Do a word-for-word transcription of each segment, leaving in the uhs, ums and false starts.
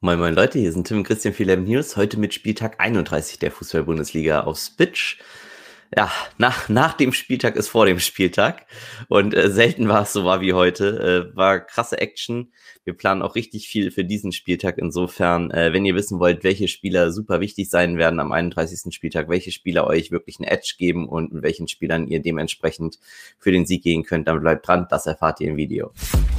Moin moin Leute, hier sind Tim und Christian für Eleven News, heute mit Spieltag einunddreißig der Fußball-Bundesliga auf Spitch. Ja, nach, nach dem Spieltag ist vor dem Spieltag und äh, selten war es so war wie heute, äh, war krasse Action. Wir planen auch richtig viel für diesen Spieltag, insofern, äh, wenn ihr wissen wollt, welche Spieler super wichtig sein werden am einunddreißigsten Spieltag, welche Spieler euch wirklich einen Edge geben und mit welchen Spielern ihr dementsprechend für den Sieg gehen könnt, dann bleibt dran, das erfahrt ihr im Video.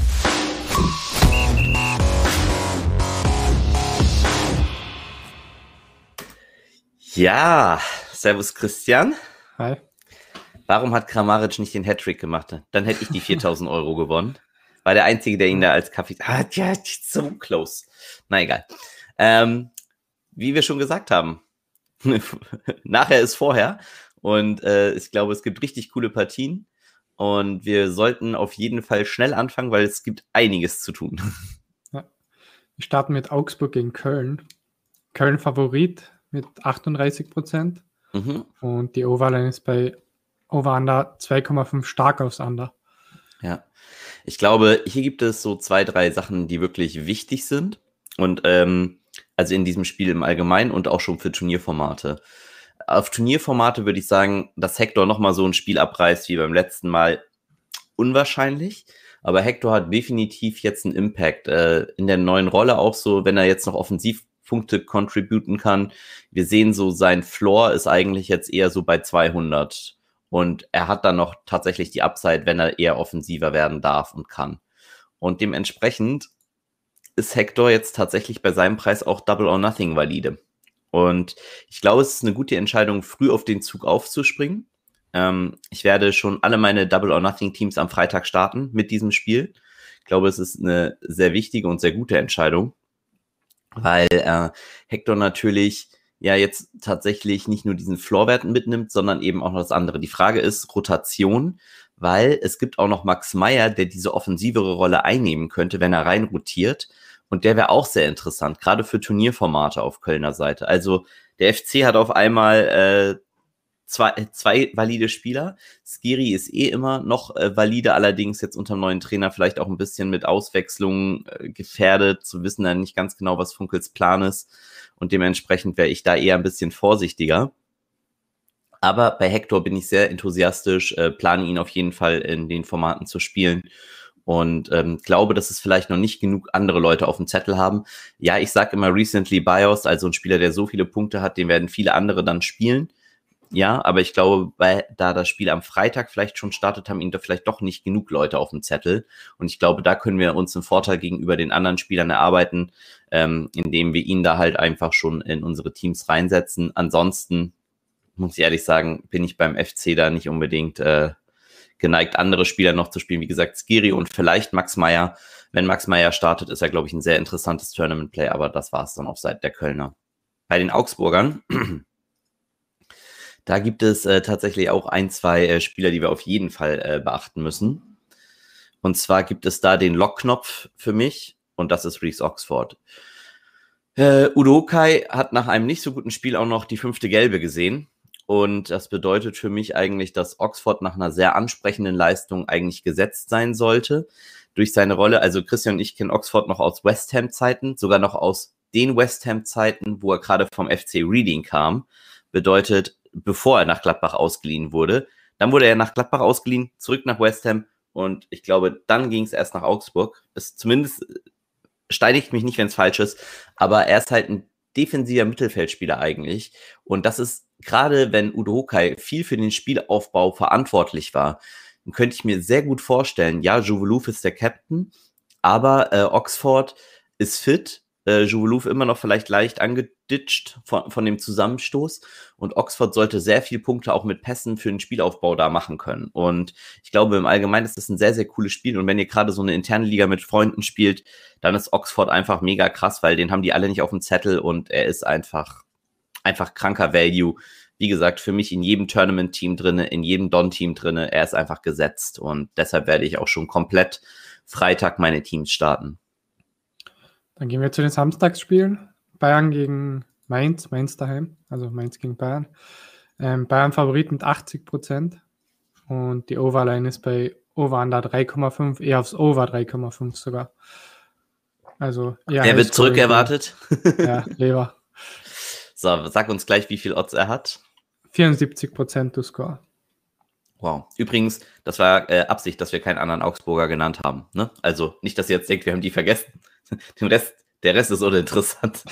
Ja, servus Christian. Hi. Warum hat Kramaric nicht den Hattrick gemacht? Dann hätte ich die viertausend Euro gewonnen. War der Einzige, der ihn da als Kaffee... Ah, ja, so close. Na egal. Ähm, wie wir schon gesagt haben, nachher ist vorher. Und äh, ich glaube, es gibt richtig coole Partien. Und wir sollten auf jeden Fall schnell anfangen, weil es gibt einiges zu tun. Ja. Wir starten mit Augsburg gegen Köln. Köln Favorit mit achtunddreißig Prozent. Mhm. Und die Overline ist bei Over-Under zwei Komma fünf stark aufs Under. Ja, ich glaube, hier gibt es so zwei, drei Sachen, die wirklich wichtig sind. Und ähm, also in diesem Spiel im Allgemeinen und auch schon für Turnierformate. Auf Turnierformate würde ich sagen, dass Hector nochmal so ein Spiel abreißt wie beim letzten Mal, unwahrscheinlich. Aber Hector hat definitiv jetzt einen Impact. Äh, in der neuen Rolle auch so, wenn er jetzt noch Offensivpunkte contributen kann. Wir sehen so, sein Floor ist eigentlich jetzt eher so bei zweihundert. Und er hat dann noch tatsächlich die Upside, wenn er eher offensiver werden darf und kann. Und dementsprechend ist Hector jetzt tatsächlich bei seinem Preis auch Double or Nothing valide. Und ich glaube, es ist eine gute Entscheidung, früh auf den Zug aufzuspringen. Ähm, ich werde schon alle meine Double or Nothing Teams am Freitag starten mit diesem Spiel. Ich glaube, es ist eine sehr wichtige und sehr gute Entscheidung, weil äh, Hector natürlich ja jetzt tatsächlich nicht nur diesen Floorwert mitnimmt, sondern eben auch noch das andere. Die Frage ist Rotation, weil es gibt auch noch Max Meyer, der diese offensivere Rolle einnehmen könnte, wenn er rein rotiert. Und der wäre auch sehr interessant, gerade für Turnierformate auf Kölner Seite. Also der F C hat auf einmal äh, zwei, zwei valide Spieler. Skiri ist eh immer noch äh, valide, allerdings jetzt unter dem neuen Trainer vielleicht auch ein bisschen mit Auswechslungen äh, gefährdet, zu wissen dann nicht ganz genau, was Funkels Plan ist. Und dementsprechend wäre ich da eher ein bisschen vorsichtiger. Aber bei Hector bin ich sehr enthusiastisch, äh, plane ihn auf jeden Fall in den Formaten zu spielen. Und ähm, glaube, dass es vielleicht noch nicht genug andere Leute auf dem Zettel haben. Ja, ich sage immer Recently Bios, also ein Spieler, der so viele Punkte hat, den werden viele andere dann spielen. Ja, aber ich glaube, weil da das Spiel am Freitag vielleicht schon startet, haben ihn da vielleicht doch nicht genug Leute auf dem Zettel. Und ich glaube, da können wir uns einen Vorteil gegenüber den anderen Spielern erarbeiten, ähm, indem wir ihn da halt einfach schon in unsere Teams reinsetzen. Ansonsten, muss ich ehrlich sagen, bin ich beim F C da nicht unbedingt äh, geneigt, andere Spieler noch zu spielen. Wie gesagt, Skiri und vielleicht Max Meyer. Wenn Max Meyer startet, ist er, glaube ich, ein sehr interessantes Tournament-Play, aber das war es dann auf Seite der Kölner. Bei den Augsburgern, da gibt es äh, tatsächlich auch ein, zwei äh, Spieler, die wir auf jeden Fall äh, beachten müssen. Und zwar gibt es da den Lockknopf für mich und das ist Reece Oxford. Äh, Udokai hat nach einem nicht so guten Spiel auch noch die fünfte Gelbe gesehen. Und das bedeutet für mich eigentlich, dass Oxford nach einer sehr ansprechenden Leistung eigentlich gesetzt sein sollte. Durch seine Rolle, also Christian und ich kennen Oxford noch aus West Ham-Zeiten, sogar noch aus den West Ham-Zeiten, wo er gerade vom F C Reading kam. Bedeutet, bevor er nach Gladbach ausgeliehen wurde. Dann wurde er nach Gladbach ausgeliehen, zurück nach West Ham. Und ich glaube, dann ging es erst nach Augsburg. Es zumindest steinigt mich nicht, wenn es falsch ist. Aber er ist halt ein defensiver Mittelfeldspieler eigentlich. Und das ist, gerade wenn Udokai viel für den Spielaufbau verantwortlich war, dann könnte ich mir sehr gut vorstellen, ja, Jouvelouf ist der Captain, aber äh, Oxford ist fit, äh, Jouvelouf immer noch vielleicht leicht angeditscht von, von dem Zusammenstoß und Oxford sollte sehr viele Punkte auch mit Pässen für den Spielaufbau da machen können. Und ich glaube, im Allgemeinen ist das ein sehr, sehr cooles Spiel und wenn ihr gerade so eine interne Liga mit Freunden spielt, dann ist Oxford einfach mega krass, weil den haben die alle nicht auf dem Zettel und er ist einfach, einfach kranker Value. Wie gesagt, für mich in jedem Tournament-Team drin, in jedem Don-Team drin, er ist einfach gesetzt und deshalb werde ich auch schon komplett Freitag meine Teams starten. Dann gehen wir zu den Samstagsspielen. Bayern gegen Mainz, Mainz daheim, also Mainz gegen Bayern. Ähm, Bayern Favorit mit achtzig Prozent und die Overline ist bei Over-Under drei Komma fünf, eher aufs Over drei Komma fünf sogar. Also eher Der wird Highscoring-Game. zurückerwartet. Ja, Lever. So, sag uns gleich, wie viel Odds er hat. vierundsiebzig Prozent to score. Wow. Übrigens, das war äh, Absicht, dass wir keinen anderen Augsburger genannt haben. Ne? Also nicht, dass ihr jetzt denkt, wir haben die vergessen. Den Rest, der Rest ist uninteressant.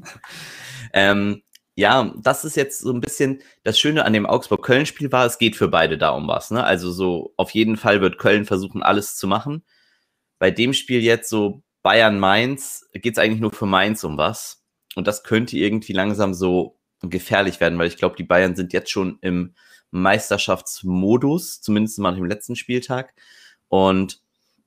ähm, ja, das ist jetzt so ein bisschen das Schöne an dem Augsburg-Köln-Spiel war, es geht für beide da um was. Ne? Also so auf jeden Fall wird Köln versuchen, alles zu machen. Bei dem Spiel jetzt so Bayern-Mainz geht es eigentlich nur für Mainz um was. Und das könnte irgendwie langsam so gefährlich werden, weil ich glaube, die Bayern sind jetzt schon im Meisterschaftsmodus, zumindest mal im letzten Spieltag. Und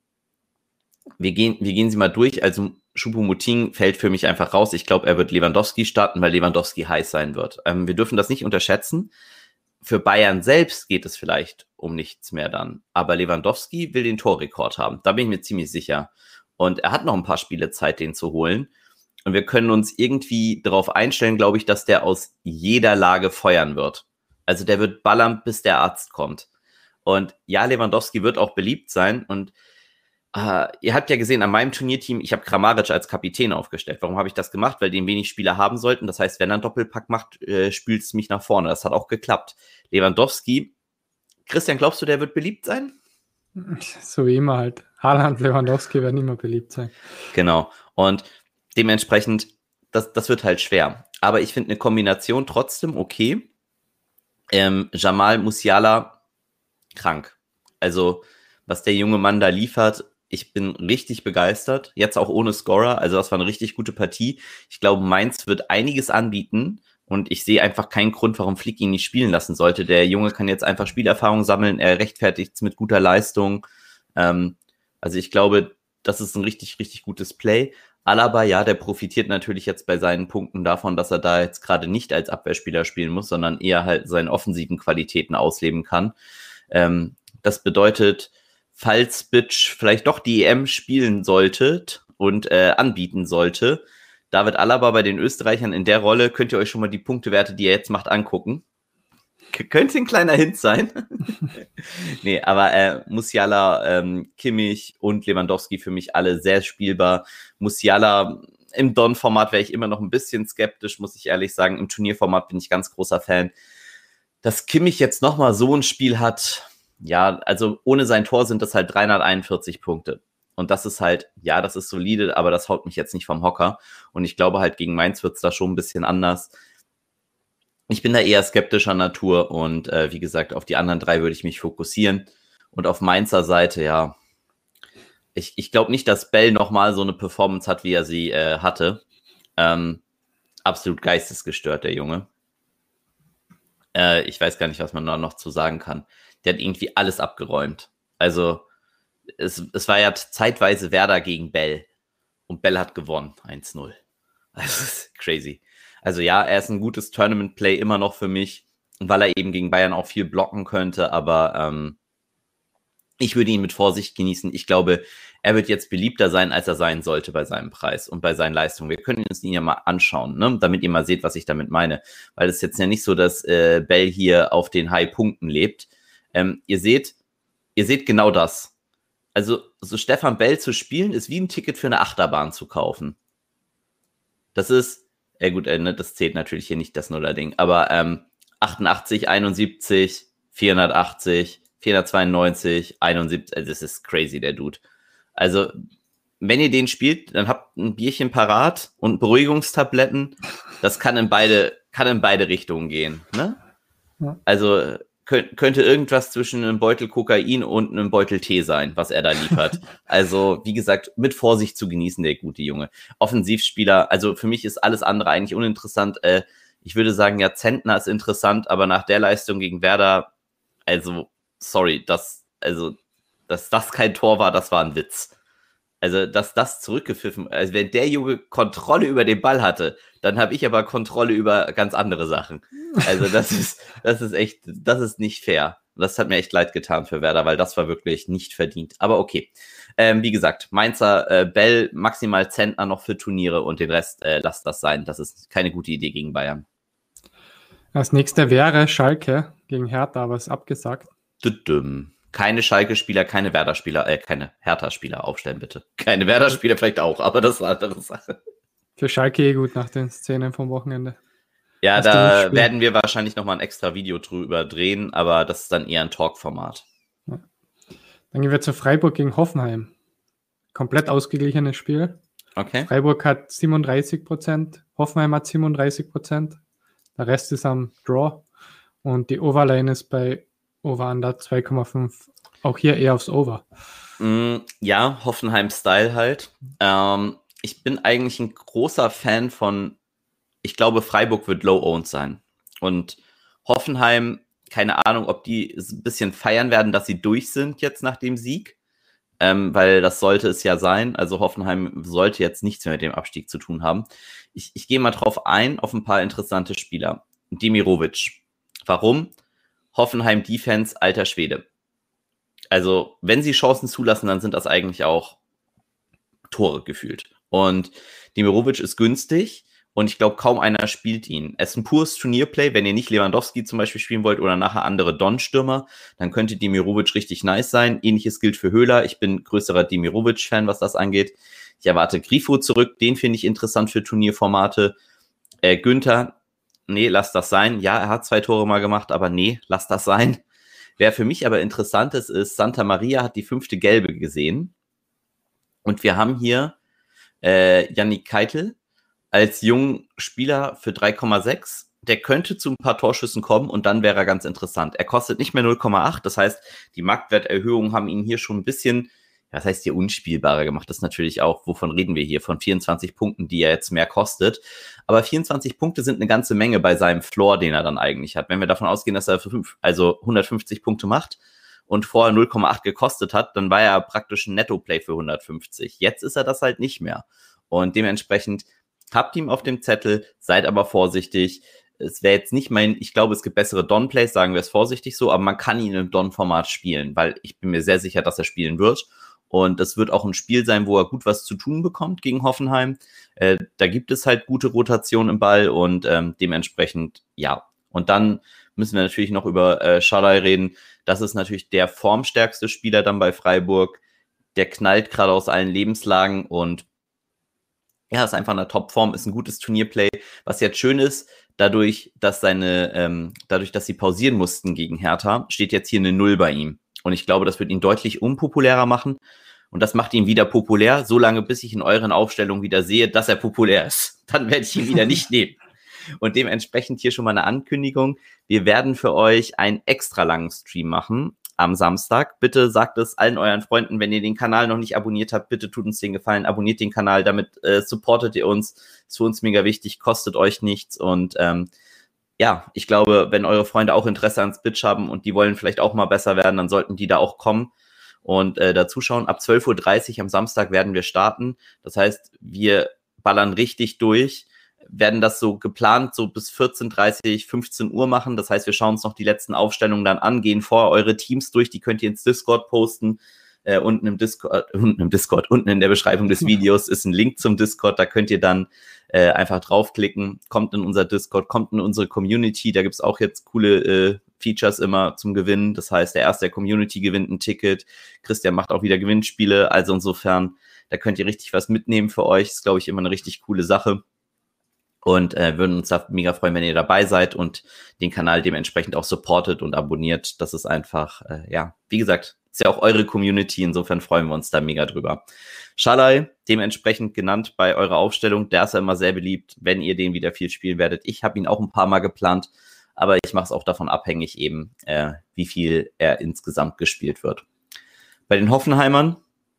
wir gehen, wir gehen sie mal durch. Also Choupo-Moting fällt für mich einfach raus. Ich glaube, er wird Lewandowski starten, weil Lewandowski heiß sein wird. Ähm, wir dürfen das nicht unterschätzen. Für Bayern selbst geht es vielleicht um nichts mehr dann. Aber Lewandowski will den Torrekord haben. Da bin ich mir ziemlich sicher. Und er hat noch ein paar Spiele Zeit, den zu holen. Und wir können uns irgendwie darauf einstellen, glaube ich, dass der aus jeder Lage feuern wird. Also der wird ballern, bis der Arzt kommt. Und ja, Lewandowski wird auch beliebt sein. Und äh, ihr habt ja gesehen, an meinem Turnierteam, ich habe Kramaric als Kapitän aufgestellt. Warum habe ich das gemacht? Weil die wenig Spieler haben sollten. Das heißt, wenn er einen Doppelpack macht, äh, spült es mich nach vorne. Das hat auch geklappt. Lewandowski, Christian, glaubst du, der wird beliebt sein? So wie immer halt. Haaland, Lewandowski werden immer beliebt sein. Genau. Und dementsprechend, das, das wird halt schwer. Aber ich finde eine Kombination trotzdem okay. Ähm, Jamal Musiala, krank. Also, was der junge Mann da liefert, ich bin richtig begeistert. Jetzt auch ohne Scorer. Also, das war eine richtig gute Partie. Ich glaube, Mainz wird einiges anbieten. Und ich sehe einfach keinen Grund, warum Flick ihn nicht spielen lassen sollte. Der Junge kann jetzt einfach Spielerfahrung sammeln. Er rechtfertigt es mit guter Leistung. Ähm, also, ich glaube, das ist ein richtig, richtig gutes Play. Alaba, ja, der profitiert natürlich jetzt bei seinen Punkten davon, dass er da jetzt gerade nicht als Abwehrspieler spielen muss, sondern eher halt seine offensiven Qualitäten ausleben kann. Ähm, das bedeutet, falls Bitch vielleicht doch die E M spielen sollte und äh, anbieten sollte, David Alaba bei den Österreichern in der Rolle, könnt ihr euch schon mal die Punktewerte, die er jetzt macht, angucken. K- könnte ein kleiner Hint sein. Nee, aber äh, Musiala, ähm, Kimmich und Lewandowski für mich alle sehr spielbar. Musiala im Don-Format wäre ich immer noch ein bisschen skeptisch, muss ich ehrlich sagen. Im Turnierformat bin ich ganz großer Fan. Dass Kimmich jetzt nochmal so ein Spiel hat, ja, also ohne sein Tor sind das halt dreihunderteinundvierzig Punkte. Und das ist halt, ja, das ist solide, aber das haut mich jetzt nicht vom Hocker. Und ich glaube halt, gegen Mainz wird es da schon ein bisschen anders. Ich bin da eher skeptischer Natur und äh, wie gesagt, auf die anderen drei würde ich mich fokussieren. Und auf Mainzer Seite, ja, ich, ich glaube nicht, dass Bell nochmal so eine Performance hat, wie er sie äh, hatte. Ähm, absolut geistesgestört, der Junge. Äh, ich weiß gar nicht, was man da noch zu sagen kann. Der hat irgendwie alles abgeräumt. Also, es, es war ja zeitweise Werder gegen Bell. Und Bell hat gewonnen, eins null. Das ist crazy. Also ja, er ist ein gutes Tournament-Play immer noch für mich, weil er eben gegen Bayern auch viel blocken könnte, aber ähm, ich würde ihn mit Vorsicht genießen. Ich glaube, er wird jetzt beliebter sein, als er sein sollte bei seinem Preis und bei seinen Leistungen. Wir können uns ihn ja mal anschauen, ne? Damit ihr mal seht, was ich damit meine. Weil es ist jetzt ja nicht so, dass äh, Bell hier auf den High-Punkten lebt. Ähm, ihr seht, ihr seht genau das. Also so Stefan Bell zu spielen, ist wie ein Ticket für eine Achterbahn zu kaufen. Das ist, ja gut, äh, ne, das zählt natürlich hier nicht das Nuller-Ding, aber ähm, achtundachtzig, einundsiebzig, vierhundertachtzig, vierhundertzweiundneunzig, einundsiebzig, also das ist crazy, der Dude. Also, wenn ihr den spielt, dann habt ein Bierchen parat und Beruhigungstabletten. Das kann in beide, kann in beide Richtungen gehen, ne? Ja. Also, könnt, könnte irgendwas zwischen einem Beutel Kokain und einem Beutel Tee sein, was er da liefert. Also, wie gesagt, mit Vorsicht zu genießen, der gute Junge. Offensivspieler, also für mich ist alles andere eigentlich uninteressant. Äh, ich würde sagen, ja, Zentner ist interessant, aber nach der Leistung gegen Werder, also, sorry, das, also, dass das kein Tor war, das war ein Witz. Also, dass das zurückgepfiffen, also wenn der Junge Kontrolle über den Ball hatte, dann habe ich aber Kontrolle über ganz andere Sachen. Also, das ist, das ist echt, das ist nicht fair. Das hat mir echt leid getan für Werder, weil das war wirklich nicht verdient. Aber okay. Ähm, wie gesagt, Mainzer, äh, Bell, maximal Zentner noch für Turniere und den Rest äh, lasst das sein. Das ist keine gute Idee gegen Bayern. Als nächster wäre Schalke gegen Hertha, aber ist abgesagt. Düdüm. Keine Schalke-Spieler, keine Werder-Spieler, äh, keine Hertha-Spieler aufstellen, bitte. Keine Werder-Spieler vielleicht auch, aber das ist eine andere Sache. Für Schalke eh gut nach den Szenen vom Wochenende. Ja, da werden wir wahrscheinlich nochmal ein extra Video drüber drehen, aber das ist dann eher ein Talk-Format. Ja. Dann gehen wir zu Freiburg gegen Hoffenheim. Komplett ausgeglichenes Spiel. Okay. Freiburg hat siebenunddreißig Prozent, Hoffenheim hat siebenunddreißig Prozent. Der Rest ist am Draw. Und die Overline ist bei Over-Under zwei Komma fünf. Auch hier eher aufs Over. Mm, ja, Hoffenheim-Style halt. Ähm, ich bin eigentlich ein großer Fan von, ich glaube, Freiburg wird low-owned sein. Und Hoffenheim, keine Ahnung, ob die ein bisschen feiern werden, dass sie durch sind jetzt nach dem Sieg. Ähm, weil das sollte es ja sein. Also Hoffenheim sollte jetzt nichts mehr mit dem Abstieg zu tun haben. Ich, ich gehe mal drauf ein, auf ein paar interessante Spieler. Demirovic. Warum? Hoffenheim Defense, alter Schwede. Also, wenn sie Chancen zulassen, dann sind das eigentlich auch Tore gefühlt. Und Demirovic ist günstig und ich glaube, kaum einer spielt ihn. Es ist ein pures Turnierplay. Wenn ihr nicht Lewandowski zum Beispiel spielen wollt oder nachher andere Don-Stürmer, dann könnte Demirovic richtig nice sein. Ähnliches gilt für Höhler. Ich bin größerer Demirovic-Fan, was das angeht. Ich erwarte Grifo zurück. Den finde ich interessant für Turnierformate. Äh, Günther, nee, lass das sein. Ja, er hat zwei Tore mal gemacht, aber nee, lass das sein. Wer für mich aber interessant ist, ist, Santa Maria hat die fünfte Gelbe gesehen. Und wir haben hier äh, Yannick Keitel als jungen Spieler für drei Komma sechs. Der könnte zu ein paar Torschüssen kommen und dann wäre er ganz interessant. Er kostet nicht mehr null Komma acht. Das heißt, die Marktwerterhöhungen haben ihn hier schon ein bisschen, das heißt hier unspielbarer gemacht. Das ist natürlich auch, wovon reden wir hier? Von vierundzwanzig Punkten, die er jetzt mehr kostet. Aber vierundzwanzig Punkte sind eine ganze Menge bei seinem Floor, den er dann eigentlich hat. Wenn wir davon ausgehen, dass er für fünf, also hundertfünfzig Punkte macht und vorher null Komma acht gekostet hat, dann war er praktisch ein Netto-Play für hundertfünfzig. Jetzt ist er das halt nicht mehr. Und dementsprechend habt ihm auf dem Zettel, seid aber vorsichtig. Es wäre jetzt nicht mein, ich glaube, es gibt bessere Don-Plays, sagen wir es vorsichtig so, aber man kann ihn im Don-Format spielen, weil ich bin mir sehr sicher, dass er spielen wird. Und es wird auch ein Spiel sein, wo er gut was zu tun bekommt gegen Hoffenheim. Äh, da gibt es halt gute Rotation im Ball und ähm, dementsprechend, ja. Und dann müssen wir natürlich noch über äh, Schalai reden. Das ist natürlich der formstärkste Spieler dann bei Freiburg. Der knallt gerade aus allen Lebenslagen und ja, ist einfach in der Topform, ist ein gutes Turnierplay. Was jetzt schön ist, dadurch, dass seine, ähm, dadurch, dass sie pausieren mussten gegen Hertha, steht jetzt hier eine Null bei ihm. Und ich glaube, das wird ihn deutlich unpopulärer machen. Und das macht ihn wieder populär, solange bis ich in euren Aufstellungen wieder sehe, dass er populär ist. Dann werde ich ihn wieder nicht nehmen. Und dementsprechend hier schon mal eine Ankündigung. Wir werden für euch einen extra langen Stream machen am Samstag. Bitte sagt es allen euren Freunden, wenn ihr den Kanal noch nicht abonniert habt, bitte tut uns den Gefallen, abonniert den Kanal, damit äh, supportet ihr uns. Ist für uns mega wichtig, kostet euch nichts und ähm, ja, ich glaube, wenn eure Freunde auch Interesse an Spitch haben und die wollen vielleicht auch mal besser werden, dann sollten die da auch kommen und äh, da zuschauen. Ab zwölf Uhr dreißig am Samstag werden wir starten. Das heißt, wir ballern richtig durch, werden das so geplant so bis vierzehn Uhr dreißig, fünfzehn Uhr machen. Das heißt, wir schauen uns noch die letzten Aufstellungen dann an, gehen vorher eure Teams durch, die könnt ihr ins Discord posten. Äh, unten im Discord, äh, unten im Discord, unten in der Beschreibung des Videos ist ein Link zum Discord, da könnt ihr dann äh, einfach draufklicken, kommt in unser Discord, kommt in unsere Community, da gibt's auch jetzt coole äh, Features immer zum Gewinnen, das heißt, der erste der Community gewinnt ein Ticket, Christian macht auch wieder Gewinnspiele, also insofern, da könnt ihr richtig was mitnehmen für euch, ist, glaube ich, immer eine richtig coole Sache. Und äh, würden uns da mega freuen, wenn ihr dabei seid und den Kanal dementsprechend auch supportet und abonniert. Das ist einfach, äh, ja, wie gesagt, ist ja auch eure Community, insofern freuen wir uns da mega drüber. Schalai, dementsprechend genannt bei eurer Aufstellung, der ist ja immer sehr beliebt, wenn ihr den wieder viel spielen werdet. Ich habe ihn auch ein paar Mal geplant, aber ich mache es auch davon abhängig eben, äh, wie viel er insgesamt gespielt wird. Bei den Hoffenheimern,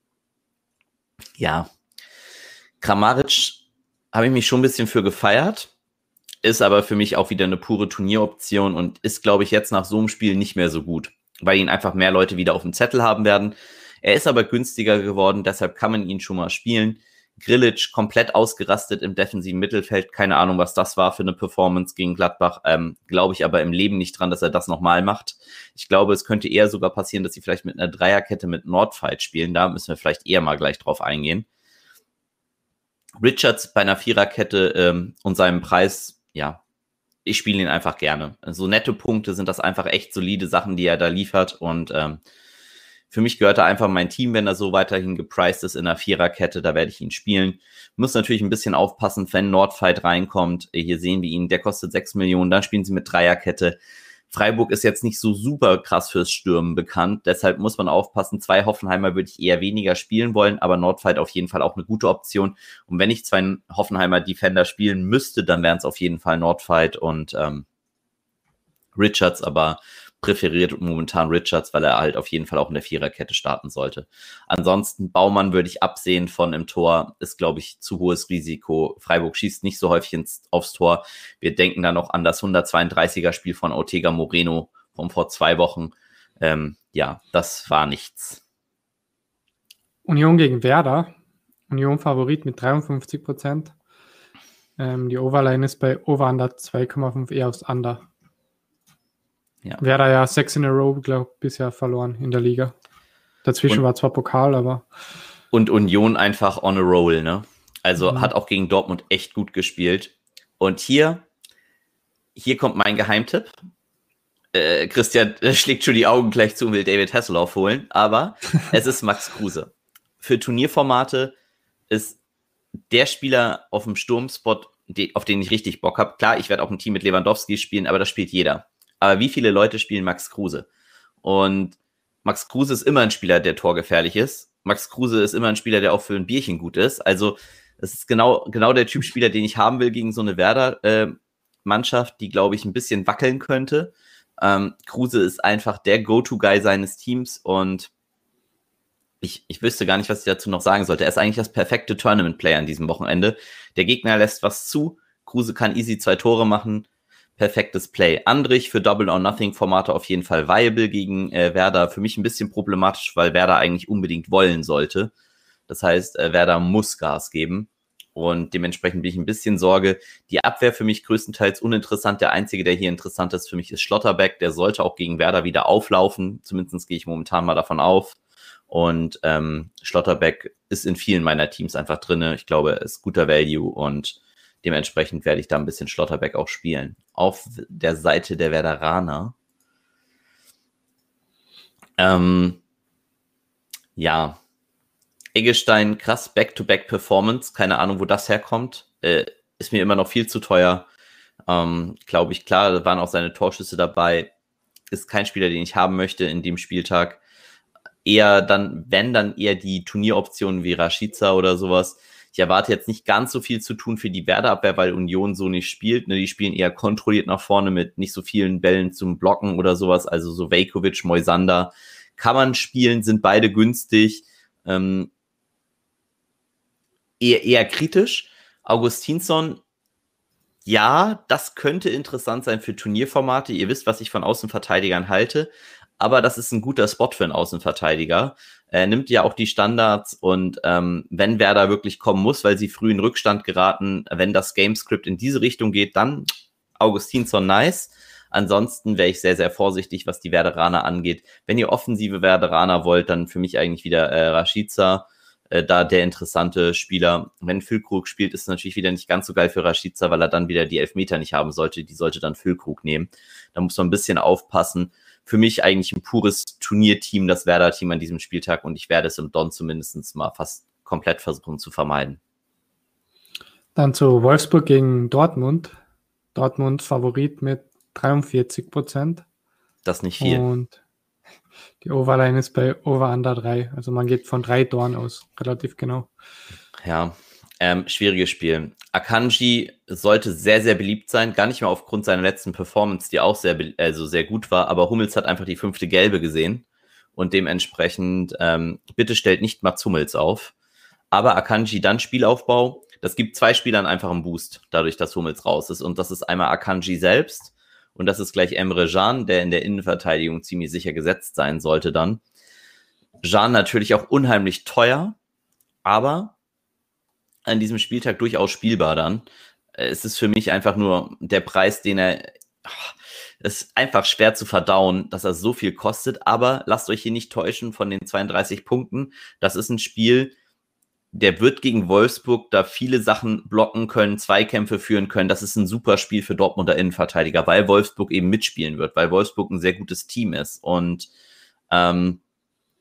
ja, Kramaric habe ich mich schon ein bisschen für gefeiert, ist aber für mich auch wieder eine pure Turnieroption und ist, glaube ich, jetzt nach so einem Spiel nicht mehr so gut, weil ihn einfach mehr Leute wieder auf dem Zettel haben werden. Er ist aber günstiger geworden, deshalb kann man ihn schon mal spielen. Grillitsch komplett ausgerastet im defensiven Mittelfeld, keine Ahnung, was das war für eine Performance gegen Gladbach, ähm, glaube ich aber im Leben nicht dran, dass er das nochmal macht. Ich glaube, es könnte eher sogar passieren, dass sie vielleicht mit einer Dreierkette mit Nordfight spielen, da müssen wir vielleicht eher mal gleich drauf eingehen. Richards bei einer Viererkette ähm, und seinem Preis, ja, ich spiele ihn einfach gerne. So nette Punkte sind das einfach echt solide Sachen, die er da liefert und ähm, Für mich gehört er einfach mein Team, wenn er so weiterhin gepriced ist in einer Viererkette, da werde ich ihn spielen. Muss natürlich ein bisschen aufpassen, wenn Nordfight reinkommt. Hier sehen wir ihn, der kostet sechs Millionen, dann spielen sie mit Dreierkette. Freiburg ist jetzt nicht so super krass fürs Stürmen bekannt, deshalb muss man aufpassen. Zwei Hoffenheimer würde ich eher weniger spielen wollen, aber Nordfight auf jeden Fall auch eine gute Option. Und wenn ich zwei Hoffenheimer Defender spielen müsste, dann wären es auf jeden Fall Nordfight und ähm, Richards, aber präferiert momentan Richards, weil er halt auf jeden Fall auch in der Viererkette starten sollte. Ansonsten Baumann würde ich absehen von im Tor, ist glaube ich zu hohes Risiko. Freiburg schießt nicht so häufig ins, aufs Tor. Wir denken da noch an das hundertzweiunddreißiger Spiel von Ortega Moreno von vor zwei Wochen. Ähm, ja, das war nichts. Union gegen Werder. Union Favorit mit dreiundfünfzig Prozent. Ähm, die Overline ist bei Over-Under zwei Komma fünf eher aufs Under. Ja. Werder ja sechs in a row, glaube ich, bisher verloren in der Liga. Dazwischen und, war zwar Pokal, aber... Und Union einfach on a roll, ne? Also mhm. hat auch gegen Dortmund echt gut gespielt. Und hier, hier kommt mein Geheimtipp. Äh, Christian schlägt schon die Augen gleich zu und will David Hasselhoff holen, aber es ist Max Kruse. Für Turnierformate ist der Spieler auf dem Sturmspot, auf den ich richtig Bock habe. Klar, ich werde auch ein Team mit Lewandowski spielen, aber das spielt jeder. Aber wie viele Leute spielen Max Kruse? Und Max Kruse ist immer ein Spieler, der torgefährlich ist. Max Kruse ist immer ein Spieler, der auch für ein Bierchen gut ist. Also es ist genau, genau der Typ Spieler, den ich haben will gegen so eine Werder-Mannschaft, äh, die, glaube ich, ein bisschen wackeln könnte. Ähm, Kruse ist einfach der Go-To-Guy seines Teams und ich, ich wüsste gar nicht, was ich dazu noch sagen sollte. Er ist eigentlich das perfekte Tournament-Player an diesem Wochenende. Der Gegner lässt was zu. Kruse kann easy zwei Tore machen. Perfektes Play. Andrich für Double-or-Nothing-Formate auf jeden Fall viable gegen äh, Werder. Für mich ein bisschen problematisch, weil Werder eigentlich unbedingt wollen sollte. Das heißt, äh, Werder muss Gas geben. Und dementsprechend bin ich ein bisschen Sorge. Die Abwehr für mich größtenteils uninteressant. Der einzige, der hier interessant ist für mich, ist Schlotterbeck. Der sollte auch gegen Werder wieder auflaufen. Zumindest gehe ich momentan mal davon auf. Und ähm, Schlotterbeck ist in vielen meiner Teams einfach drin. Ich glaube, er ist guter Value und dementsprechend werde ich da ein bisschen Schlotterbeck auch spielen. Auf der Seite der Werderaner. Ähm, ja. Eggestein, krass, Back-to-Back-Performance. Keine Ahnung, wo das herkommt. Äh, ist mir immer noch viel zu teuer. Ähm, glaube ich, klar, da waren auch seine Torschüsse dabei. Ist kein Spieler, den ich haben möchte in dem Spieltag. Eher dann, wenn, dann eher die Turnieroptionen wie Rashica oder sowas. Ich erwarte jetzt nicht ganz so viel zu tun für die Werder-Abwehr, weil Union so nicht spielt. Ne? Die spielen eher kontrolliert nach vorne mit nicht so vielen Bällen zum Blocken oder sowas. Also so Vejkovic, Moisander kann man spielen, sind beide günstig. Ähm, eher, eher kritisch. Augustinsson, ja, das könnte interessant sein für Turnierformate. Ihr wisst, was ich von Außenverteidigern halte. Aber das ist ein guter Spot für einen Außenverteidiger. Er nimmt ja auch die Standards und ähm, wenn Werder wirklich kommen muss, weil sie früh in Rückstand geraten, wenn das Gamescript in diese Richtung geht, dann Augustinsson nice. Ansonsten wäre ich sehr, sehr vorsichtig, was die Werderaner angeht. Wenn ihr offensive Werderaner wollt, dann für mich eigentlich wieder äh, Rashica, äh, da der interessante Spieler. Wenn Füllkrug spielt, ist es natürlich wieder nicht ganz so geil für Rashica, weil er dann wieder die Elfmeter nicht haben sollte. Die sollte dann Füllkrug nehmen. Da muss man ein bisschen aufpassen. Für mich eigentlich ein pures Turnierteam, das Werder-Team an diesem Spieltag und ich werde es im Don zumindest mal fast komplett versuchen zu vermeiden. Dann zu Wolfsburg gegen Dortmund. Dortmund Favorit mit dreiundvierzig Prozent. Das ist nicht viel. Und die Overline ist bei Over-Under drei. Also man geht von drei Toren aus, relativ genau. Ja, ähm, schwieriges Spiel. Akanji sollte sehr, sehr beliebt sein, gar nicht mehr aufgrund seiner letzten Performance, die auch sehr, also sehr gut war, aber Hummels hat einfach die fünfte Gelbe gesehen und dementsprechend ähm, bitte stellt nicht Mats Hummels auf. Aber Akanji dann Spielaufbau, das gibt zwei Spielern einfach einen Boost, dadurch, dass Hummels raus ist und das ist einmal Akanji selbst und das ist gleich Emre Can, der in der Innenverteidigung ziemlich sicher gesetzt sein sollte dann. Can natürlich auch unheimlich teuer, aber an diesem Spieltag durchaus spielbar dann. Es ist für mich einfach nur der Preis, den er... Es ist einfach schwer zu verdauen, dass er so viel kostet, aber lasst euch hier nicht täuschen von den zweiunddreißig Punkten. Das ist ein Spiel, der wird gegen Wolfsburg da viele Sachen blocken können, Zweikämpfe führen können. Das ist ein super Spiel für Dortmunder Innenverteidiger, weil Wolfsburg eben mitspielen wird, weil Wolfsburg ein sehr gutes Team ist. Und ähm,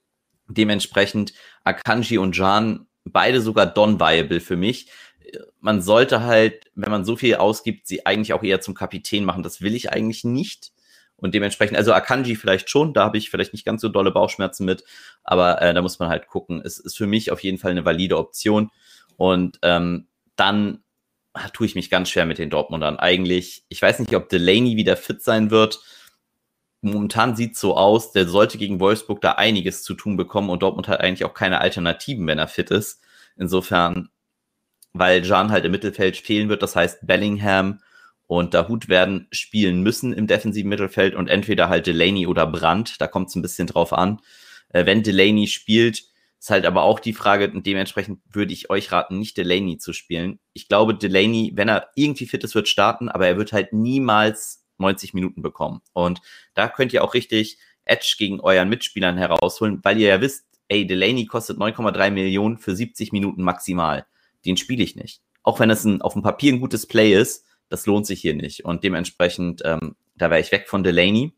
Dementsprechend Akanji und Can, beide sogar Don-viable für mich. Man sollte halt, wenn man so viel ausgibt, sie eigentlich auch eher zum Kapitän machen. Das will ich eigentlich nicht. Und dementsprechend, also Akanji vielleicht schon, da habe ich vielleicht nicht ganz so dolle Bauchschmerzen mit, aber äh, da muss man halt gucken. Es ist für mich auf jeden Fall eine valide Option. Und ähm, dann ach, tue ich mich ganz schwer mit den Dortmundern. Eigentlich, ich weiß nicht, ob Delaney wieder fit sein wird. Momentan sieht es so aus, der sollte gegen Wolfsburg da einiges zu tun bekommen und Dortmund hat eigentlich auch keine Alternativen, wenn er fit ist. Insofern, weil Can halt im Mittelfeld fehlen wird, das heißt Bellingham und Dahoud werden spielen müssen im defensiven Mittelfeld und entweder halt Delaney oder Brandt, da kommt es ein bisschen drauf an. Äh, wenn Delaney spielt, ist halt aber auch die Frage, und dementsprechend würde ich euch raten, nicht Delaney zu spielen. Ich glaube, Delaney, wenn er irgendwie fit ist, wird starten, aber er wird halt niemals neunzig Minuten bekommen. Und da könnt ihr auch richtig Edge gegen euren Mitspielern herausholen, weil ihr ja wisst, ey, Delaney kostet neun Komma drei Millionen für siebzig Minuten maximal. Den spiele ich nicht. Auch wenn es ein, auf dem Papier ein gutes Play ist, das lohnt sich hier nicht. Und dementsprechend, ähm, da wäre ich weg von Delaney.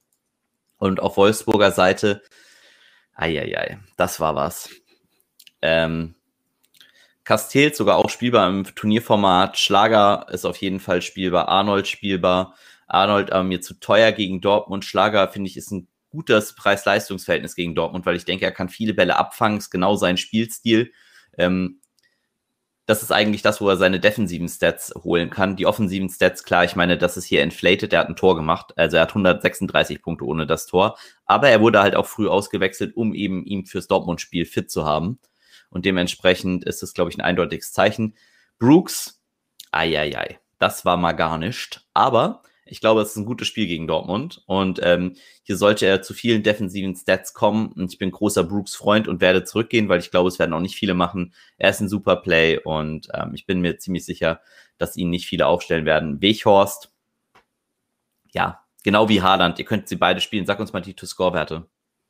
Und auf Wolfsburger Seite, eieiei, das war was. Ähm, Castells sogar auch spielbar im Turnierformat. Schlager ist auf jeden Fall spielbar. Arnold spielbar. Arnold aber mir zu teuer gegen Dortmund. Schlager, finde ich, ist ein gutes Preis-Leistungs-Verhältnis gegen Dortmund, weil ich denke, er kann viele Bälle abfangen, ist genau sein Spielstil. Ähm, das ist eigentlich das, wo er seine defensiven Stats holen kann. Die offensiven Stats, klar, ich meine, das ist hier inflated, er hat ein Tor gemacht, also er hat hundertsechsunddreißig Punkte ohne das Tor, aber er wurde halt auch früh ausgewechselt, um eben ihn fürs Dortmund-Spiel fit zu haben und dementsprechend ist es, glaube ich, ein eindeutiges Zeichen. Brooks, eieiei, das war mal gar nicht, aber ich glaube, es ist ein gutes Spiel gegen Dortmund und ähm, hier sollte er zu vielen defensiven Stats kommen und ich bin großer Brooks-Freund und werde zurückgehen, weil ich glaube, es werden auch nicht viele machen. Er ist ein super Play und ähm, ich bin mir ziemlich sicher, dass ihn nicht viele aufstellen werden. Weghorst, ja, genau wie Haaland, ihr könnt sie beide spielen. Sag uns mal die To-Score-Werte.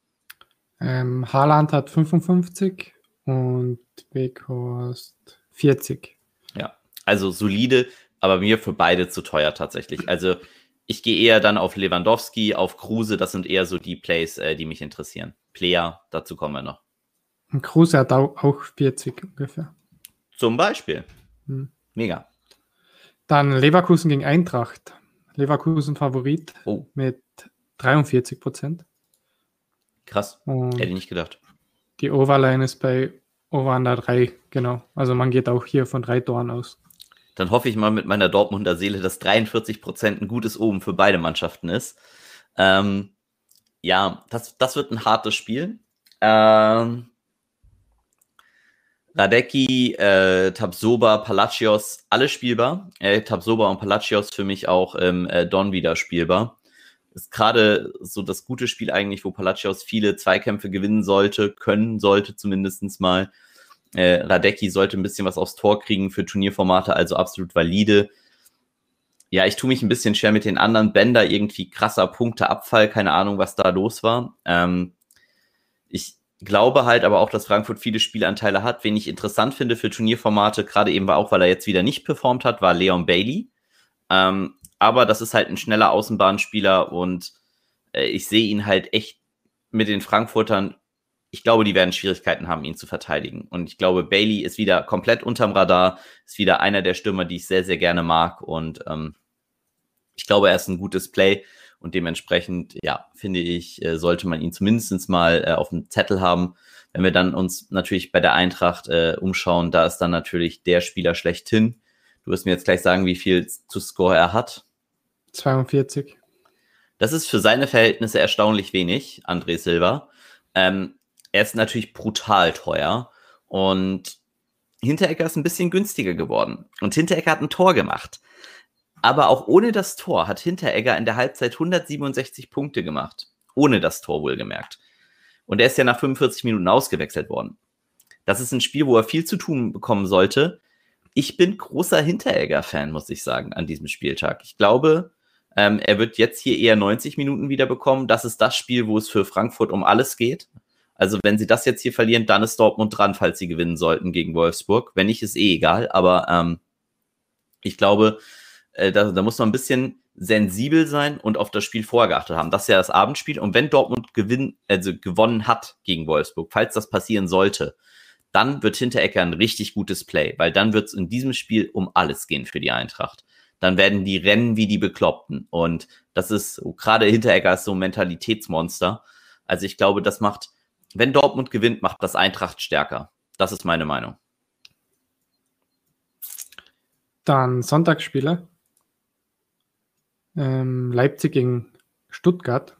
Ähm, Haaland hat fünfundfünfzig und Weghorst vierzig. Ja, also solide, aber mir für beide zu teuer tatsächlich. Also ich gehe eher dann auf Lewandowski, auf Kruse, das sind eher so die Plays, äh, die mich interessieren. Player, dazu kommen wir noch. Und Kruse hat auch, auch vierzig ungefähr. Zum Beispiel. Hm. Mega. Dann Leverkusen gegen Eintracht. Leverkusen Favorit oh. mit dreiundvierzig Prozent. Krass, und hätte ich nicht gedacht. Die Overline ist bei Over-Under drei, genau. Also man geht auch hier von drei Toren aus. Dann hoffe ich mal mit meiner Dortmunder Seele, dass dreiundvierzig Prozent ein gutes Oben für beide Mannschaften ist. Ähm, ja, das, das wird ein hartes Spiel. Ähm, Radecki, äh, Tapsoba, Palacios, alle spielbar. Äh, Tapsoba und Palacios für mich auch im äh, Don wieder spielbar. Ist gerade so das gute Spiel eigentlich, wo Palacios viele Zweikämpfe gewinnen sollte, können sollte zumindest mal. Äh, Radecki sollte ein bisschen was aufs Tor kriegen für Turnierformate, also absolut valide. Ja, ich tue mich ein bisschen schwer mit den anderen. Bender irgendwie krasser Punkteabfall, keine Ahnung, was da los war. Ähm, ich glaube halt aber auch, dass Frankfurt viele Spielanteile hat. Wen ich interessant finde für Turnierformate, gerade eben war auch, weil er jetzt wieder nicht performt hat, war Leon Bailey. Ähm, aber das ist halt ein schneller Außenbahnspieler und äh, ich sehe ihn halt echt mit den Frankfurtern. Ich glaube, die werden Schwierigkeiten haben, ihn zu verteidigen. Und ich glaube, Bailey ist wieder komplett unterm Radar, ist wieder einer der Stürmer, die ich sehr, sehr gerne mag. Und ähm, ich glaube, er ist ein gutes Play. Und dementsprechend, ja, finde ich, äh, sollte man ihn zumindest mal äh, auf dem Zettel haben. Wenn wir dann uns natürlich bei der Eintracht äh, umschauen, da ist dann natürlich der Spieler schlechthin. Du wirst mir jetzt gleich sagen, wie viel zu Score er hat. zweiundvierzig. Das ist für seine Verhältnisse erstaunlich wenig, André Silva. Ähm, Er ist natürlich brutal teuer und Hinteregger ist ein bisschen günstiger geworden. Und Hinteregger hat ein Tor gemacht. Aber auch ohne das Tor hat Hinteregger in der Halbzeit hundertsiebenundsechzig Punkte gemacht. Ohne das Tor wohlgemerkt. Und er ist ja nach fünfundvierzig Minuten ausgewechselt worden. Das ist ein Spiel, wo er viel zu tun bekommen sollte. Ich bin großer Hinteregger-Fan, muss ich sagen, an diesem Spieltag. Ich glaube, ähm, er wird jetzt hier eher neunzig Minuten wieder bekommen. Das ist das Spiel, wo es für Frankfurt um alles geht. Also wenn sie das jetzt hier verlieren, dann ist Dortmund dran, falls sie gewinnen sollten gegen Wolfsburg. Wenn nicht, ist eh egal. Aber ähm, ich glaube, äh, da, da muss man ein bisschen sensibel sein und auf das Spiel vorher geachtet haben. Das ist ja das Abendspiel. Und wenn Dortmund gewinn, also gewonnen hat gegen Wolfsburg, falls das passieren sollte, dann wird Hinteregger ein richtig gutes Play, weil dann wird es in diesem Spiel um alles gehen für die Eintracht. Dann werden die rennen wie die Bekloppten. Und das ist, gerade Hinteregger ist so ein Mentalitätsmonster. Also ich glaube, das macht, wenn Dortmund gewinnt, macht das Eintracht stärker. Das ist meine Meinung. Dann Sonntagsspiele. Ähm, Leipzig gegen Stuttgart.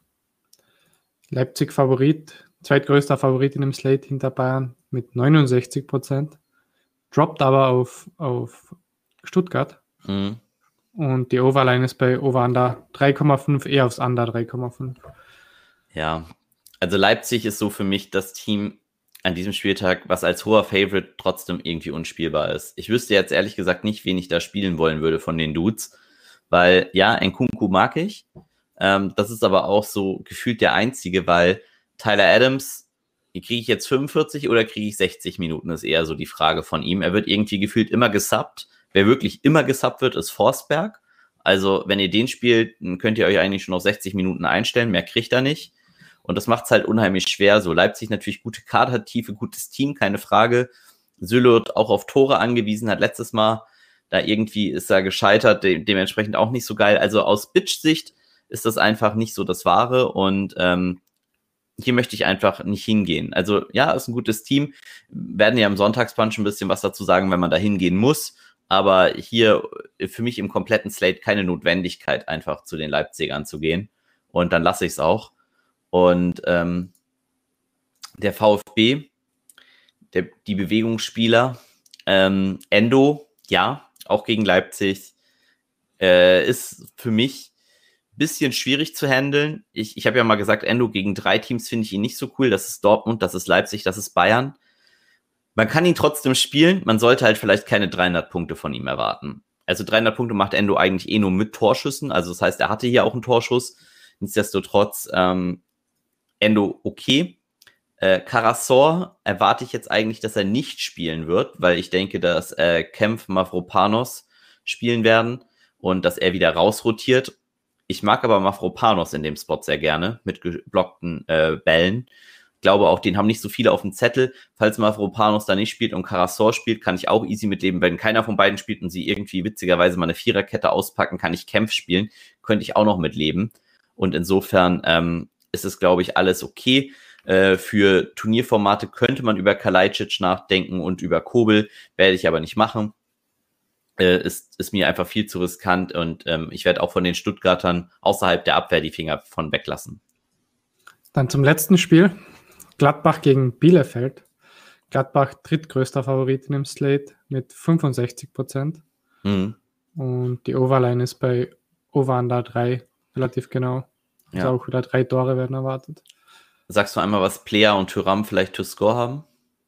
Leipzig Favorit, zweitgrößter Favorit in dem Slate hinter Bayern mit neunundsechzig Prozent. Droppt aber auf, auf Stuttgart. Mhm. Und die Overline ist bei Over-Under drei Komma fünf, eher aufs Under drei Komma fünf. Ja, also Leipzig ist so für mich das Team an diesem Spieltag, was als hoher Favorite trotzdem irgendwie unspielbar ist. Ich wüsste jetzt ehrlich gesagt nicht, wen ich da spielen wollen würde von den Dudes, weil ja, Nkunku mag ich, ähm, das ist aber auch so gefühlt der einzige, weil Tyler Adams, kriege ich jetzt fünfundvierzig oder kriege ich sechzig Minuten, ist eher so die Frage von ihm. Er wird irgendwie gefühlt immer gesubbt. Wer wirklich immer gesubbt wird, ist Forsberg. Also wenn ihr den spielt, dann könnt ihr euch eigentlich schon auf sechzig Minuten einstellen, mehr kriegt er nicht. Und das macht es halt unheimlich schwer. So Leipzig natürlich gute Kadertiefe, gutes Team, keine Frage. Sülot auch auf Tore angewiesen, hat letztes Mal, da irgendwie ist er gescheitert, de- dementsprechend auch nicht so geil. Also aus Bitch-Sicht ist das einfach nicht so das Wahre und ähm, hier möchte ich einfach nicht hingehen. Also ja, ist ein gutes Team. Werden ja im Sonntagspunch ein bisschen was dazu sagen, wenn man da hingehen muss. Aber hier für mich im kompletten Slate keine Notwendigkeit, einfach zu den Leipzigern zu gehen. Und dann lasse ich es auch. Und ähm, der VfB, der, die Bewegungsspieler, ähm, Endo, ja, auch gegen Leipzig, äh, ist für mich ein bisschen schwierig zu handeln. Ich, ich habe ja mal gesagt, Endo gegen drei Teams finde ich ihn nicht so cool. Das ist Dortmund, das ist Leipzig, das ist Bayern. Man kann ihn trotzdem spielen, man sollte halt vielleicht keine dreihundert Punkte von ihm erwarten. Also dreihundert Punkte macht Endo eigentlich eh nur mit Torschüssen, also das heißt, er hatte hier auch einen Torschuss. Nichtsdestotrotz, ähm, Endo okay. Äh, Karasor erwarte ich jetzt eigentlich, dass er nicht spielen wird, weil ich denke, dass äh, Kempf, Mavropanos spielen werden und dass er wieder rausrotiert. Ich mag aber Mavropanos in dem Spot sehr gerne, mit geblockten äh, Bällen. Ich glaube auch, den haben nicht so viele auf dem Zettel. Falls Mavropanos da nicht spielt und Karasor spielt, kann ich auch easy mitleben. Wenn keiner von beiden spielt und sie irgendwie witzigerweise mal eine Viererkette auspacken, kann ich Kempf spielen. Könnte ich auch noch mitleben. Und insofern ähm, ist es, glaube ich, alles okay. Äh, für Turnierformate könnte man über Kalajdzic nachdenken und über Kobel. Werde ich aber nicht machen. Äh, ist, ist mir einfach viel zu riskant. Und ähm, ich werde auch von den Stuttgartern außerhalb der Abwehr die Finger von weglassen. Dann zum letzten Spiel. Gladbach gegen Bielefeld. Gladbach drittgrößter Favorit in dem Slate mit fünfundsechzig Prozent. Mhm. Und die Overline ist bei Over-Under drei, relativ genau. Also Ja. auch wieder drei Tore werden erwartet. Sagst du einmal, was Player und Thuram vielleicht to score haben?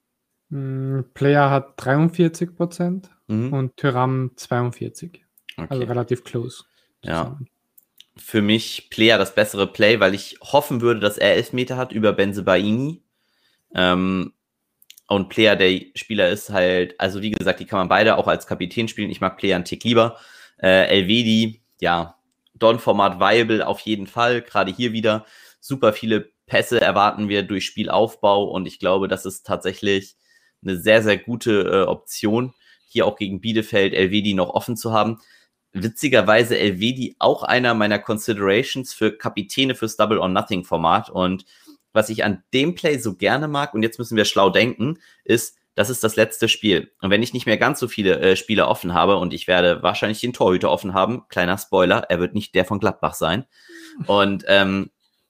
Mm, Player hat dreiundvierzig Prozent Mhm. und Thuram zweiundvierzig. Okay. Also relativ close. Ja. Für mich Player das bessere Play, weil ich hoffen würde, dass er Elfmeter hat über Bensebaini. Ähm, und Player, der Spieler ist halt, also wie gesagt, die kann man beide auch als Kapitän spielen. Ich mag Player einen Tick lieber. Äh, Elvedi, ja, Don-Format viable auf jeden Fall. Gerade hier wieder super viele Pässe erwarten wir durch Spielaufbau und ich glaube, das ist tatsächlich eine sehr, sehr gute äh, Option, hier auch gegen Bielefeld Elvedi noch offen zu haben. Witzigerweise Elvedi auch einer meiner Considerations für Kapitäne fürs Double or Nothing Format und was ich an dem Play so gerne mag, und jetzt müssen wir schlau denken, ist, das ist das letzte Spiel. Und wenn ich nicht mehr ganz so viele äh, Spiele offen habe und ich werde wahrscheinlich den Torhüter offen haben, kleiner Spoiler, er wird nicht der von Gladbach sein, und ähm,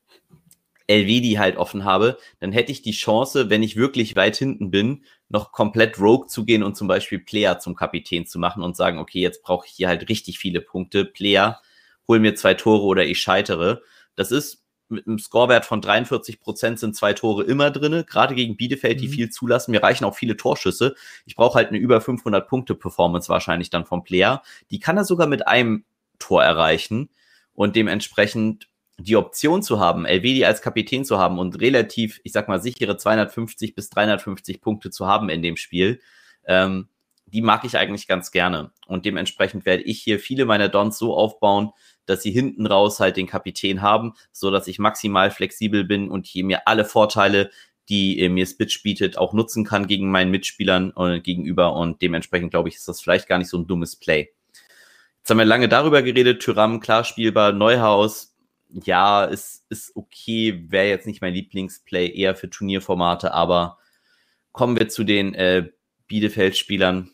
Elvedi halt offen habe, dann hätte ich die Chance, wenn ich wirklich weit hinten bin, noch komplett rogue zu gehen und zum Beispiel Player zum Kapitän zu machen und sagen, okay, jetzt brauche ich hier halt richtig viele Punkte. Player, hol mir zwei Tore oder ich scheitere. Das ist mit einem Scorewert von dreiundvierzig Prozent sind zwei Tore immer drin, gerade gegen Bielefeld, die mhm. viel zulassen. Mir reichen auch viele Torschüsse. Ich brauche halt eine über fünfhundert Punkte Performance wahrscheinlich dann vom Player. Die kann er sogar mit einem Tor erreichen und dementsprechend die Option zu haben, Elvedi als Kapitän zu haben und relativ, ich sag mal, sichere zweihundertfünfzig bis dreihundertfünfzig Punkte zu haben in dem Spiel, ähm, die mag ich eigentlich ganz gerne. Und dementsprechend werde ich hier viele meiner Dons so aufbauen, dass sie hinten raus halt den Kapitän haben, so dass ich maximal flexibel bin und hier mir alle Vorteile, die äh, mir Spitch bietet, auch nutzen kann gegen meinen Mitspielern äh, gegenüber. Und dementsprechend, glaube ich, ist das vielleicht gar nicht so ein dummes Play. Jetzt haben wir lange darüber geredet. Tyram, klar spielbar. Neuhaus, ja, ist, ist okay. Wäre jetzt nicht mein Lieblingsplay, eher für Turnierformate. Aber kommen wir zu den äh, Bielefeld-Spielern.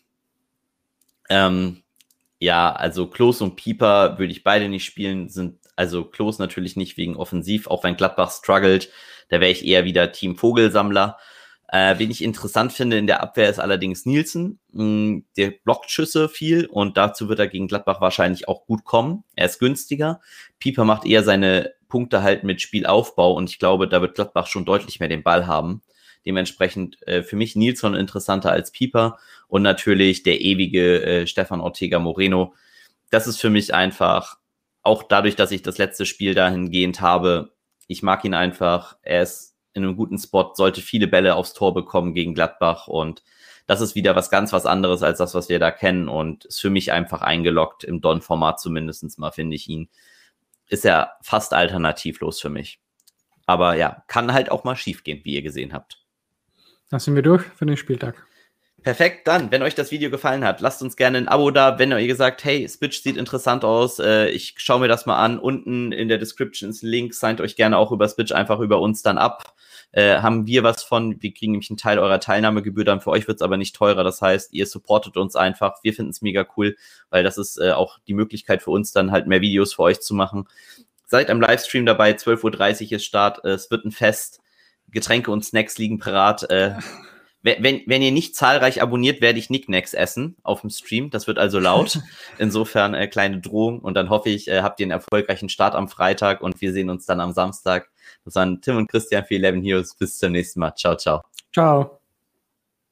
Ähm, ja, also Klose und Pieper würde ich beide nicht spielen. Sind also Klose natürlich nicht wegen Offensiv, auch wenn Gladbach struggelt. Da wäre ich eher wieder Team Vogelsammler. Äh, wen ich interessant finde in der Abwehr ist allerdings Nielsen. Mh, der blockt Schüsse viel und dazu wird er gegen Gladbach wahrscheinlich auch gut kommen. Er ist günstiger. Pieper macht eher seine Punkte halt mit Spielaufbau und ich glaube, da wird Gladbach schon deutlich mehr den Ball haben. Dementsprechend äh, für mich Nilsson interessanter als Pieper und natürlich der ewige äh, Stefan Ortega Moreno. Das ist für mich einfach, auch dadurch, dass ich das letzte Spiel dahingehend habe, ich mag ihn einfach, er ist in einem guten Spot, sollte viele Bälle aufs Tor bekommen gegen Gladbach und das ist wieder was ganz was anderes als das, was wir da kennen und ist für mich einfach eingeloggt im Don-Format zumindest mal, finde ich ihn. Ist er fast alternativlos für mich. Aber ja, kann halt auch mal schief gehen, wie ihr gesehen habt. Dann sind wir durch für den Spieltag. Perfekt, dann, wenn euch das Video gefallen hat, lasst uns gerne ein Abo da. Wenn ihr gesagt, hey, Spitch sieht interessant aus, äh, ich schaue mir das mal an. Unten in der Description ist ein Link, signed euch gerne auch über Spitch einfach über uns dann ab. Äh, haben wir was von, wir kriegen nämlich einen Teil eurer Teilnahmegebühr, dann für euch wird es aber nicht teurer. Das heißt, ihr supportet uns einfach. Wir finden es mega cool, weil das ist äh, auch die Möglichkeit für uns, dann halt mehr Videos für euch zu machen. Seid am Livestream dabei, zwölf Uhr dreißig ist Start, äh, es wird ein Fest. Getränke und Snacks liegen parat. Äh, wenn, wenn ihr nicht zahlreich abonniert, werde ich Knickknacks essen auf dem Stream. Das wird also laut. Insofern äh, kleine Drohung. Und dann hoffe ich, äh, habt ihr einen erfolgreichen Start am Freitag und wir sehen uns dann am Samstag. Das waren Tim und Christian für eleven Heroes. Bis zum nächsten Mal. Ciao, ciao. Ciao.